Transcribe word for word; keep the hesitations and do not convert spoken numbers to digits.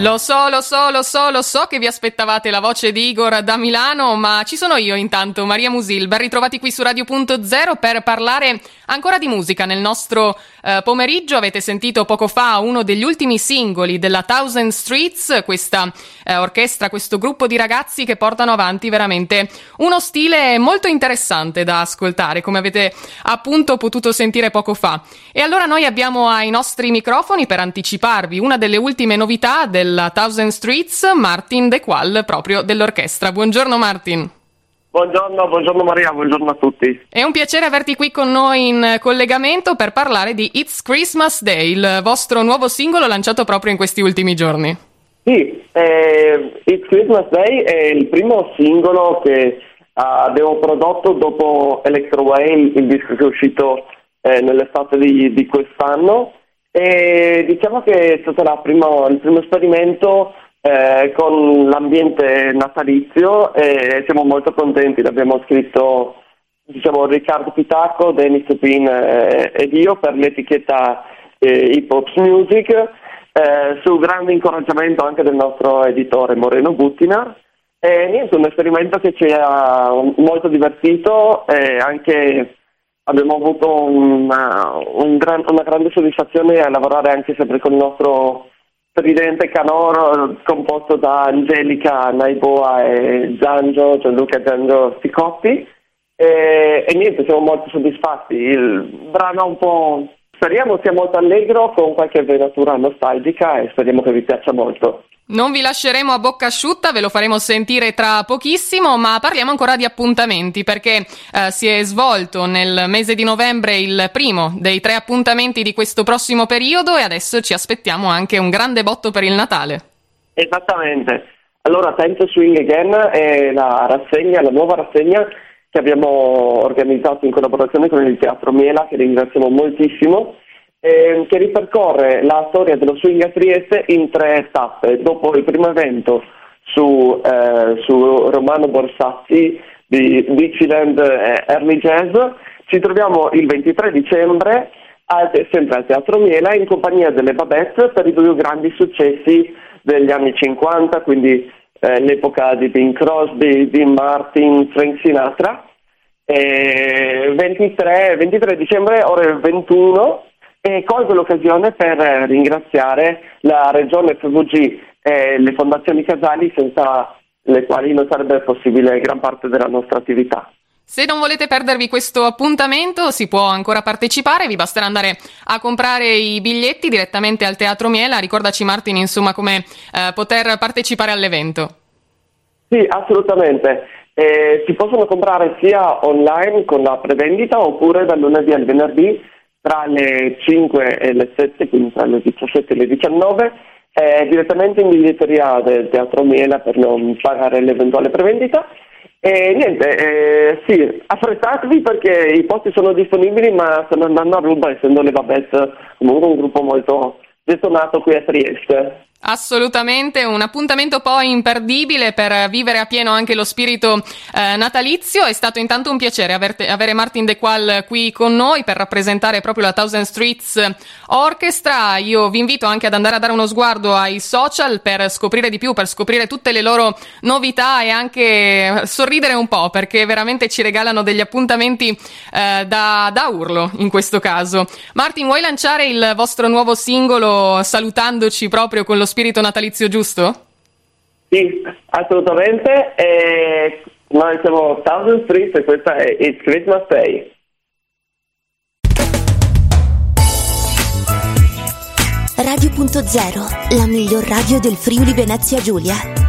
Lo so, lo so, lo so, lo so che vi aspettavate la voce di Igor da Milano, ma ci sono io intanto, Maria Musil. Ben ritrovati qui su Radio Punto Zero per parlare ancora di musica nel nostro eh, pomeriggio. Avete sentito poco fa uno degli ultimi singoli della Thousand Streets, questa eh, orchestra, questo gruppo di ragazzi che portano avanti veramente uno stile molto interessante da ascoltare, come avete appunto potuto sentire poco fa. E allora noi abbiamo ai nostri microfoni, per anticiparvi una delle ultime novità della Thousand Streets, Martin De Qual, proprio dell'orchestra. Buongiorno Martin. Buongiorno, buongiorno Maria, buongiorno a tutti. È un piacere averti qui con noi in collegamento per parlare di It's Christmas Day, il vostro nuovo singolo lanciato proprio in questi ultimi giorni. Sì, eh, It's Christmas Day è il primo singolo che uh, abbiamo prodotto dopo Electro Whale, il disco che è uscito eh, nell'estate di, di quest'anno. E diciamo che è stato la prima, il primo esperimento eh, con l'ambiente natalizio e siamo molto contenti. L'abbiamo scritto, diciamo, Riccardo Pitacco, Dennis Tupin eh, ed io per l'etichetta eh, Hip Hop Music, eh, su grande incoraggiamento anche del nostro editore Moreno Buttina. E niente, un esperimento che ci ha molto divertito e anche abbiamo avuto una, un gran, una grande soddisfazione a lavorare anche sempre con il nostro tridente canoro composto da Angelica, Naiboa e Giangio, Gianluca Giangio Sticoppi e, e niente, siamo molto soddisfatti. Il brano è un po', speriamo sia molto allegro con qualche venatura nostalgica e speriamo che vi piaccia molto. Non vi lasceremo a bocca asciutta, ve lo faremo sentire tra pochissimo, ma parliamo ancora di appuntamenti perché eh, si è svolto nel mese di novembre il primo dei tre appuntamenti di questo prossimo periodo e adesso ci aspettiamo anche un grande botto per il Natale. Esattamente. Allora, Time to Swing Again è la rassegna, la nuova rassegna che abbiamo organizzato in collaborazione con il Teatro Miela, che ringraziamo moltissimo, Eh, che ripercorre la storia dello swing a Trieste in tre tappe. Dopo il primo evento su, eh, su Romano Borsatti di Dixieland eh, Early Jazz, ci troviamo il ventitré dicembre al, sempre al Teatro Miela in compagnia delle Babette per i due grandi successi degli anni cinquanta, quindi eh, l'epoca di Bing Crosby, Dean Martin, Frank Sinatra. Eh, ventitré, ventitré dicembre ore ventuno. E colgo l'occasione per ringraziare la Regione F V G e le fondazioni casali, senza le quali non sarebbe possibile gran parte della nostra attività. Se non volete perdervi questo appuntamento si può ancora partecipare, vi basterà andare a comprare i biglietti direttamente al Teatro Miela. Ricordaci Martin, insomma, come eh, poter partecipare all'evento. Sì, assolutamente. Eh, si possono comprare sia online con la prevendita oppure dal lunedì al venerdì tra le cinque e le sette, quindi tra le diciassette e le diciannove, eh, direttamente in biglietteria del Teatro Miela per non pagare l'eventuale prevendita. E niente, eh, sì, affrettatevi perché i posti sono disponibili, ma stanno andando a ruba, essendo le Babette comunque un gruppo molto gettonato qui a Trieste. Assolutamente, un appuntamento poi imperdibile per vivere a pieno anche lo spirito eh, natalizio. È stato intanto un piacere averte, avere Martin De Qual qui con noi per rappresentare proprio la Thousand Streets Orchestra. Io vi invito anche ad andare a dare uno sguardo ai social per scoprire di più, per scoprire tutte le loro novità e anche sorridere un po', perché veramente ci regalano degli appuntamenti eh, da, da urlo in questo caso. Martin, vuoi lanciare il vostro nuovo singolo salutandoci proprio con lo spirito natalizio giusto? Sì, assolutamente. E noi siamo Thousand Streets e questa è It's Christmas Day. Radio Punto Zero, la miglior radio del Friuli Venezia Giulia.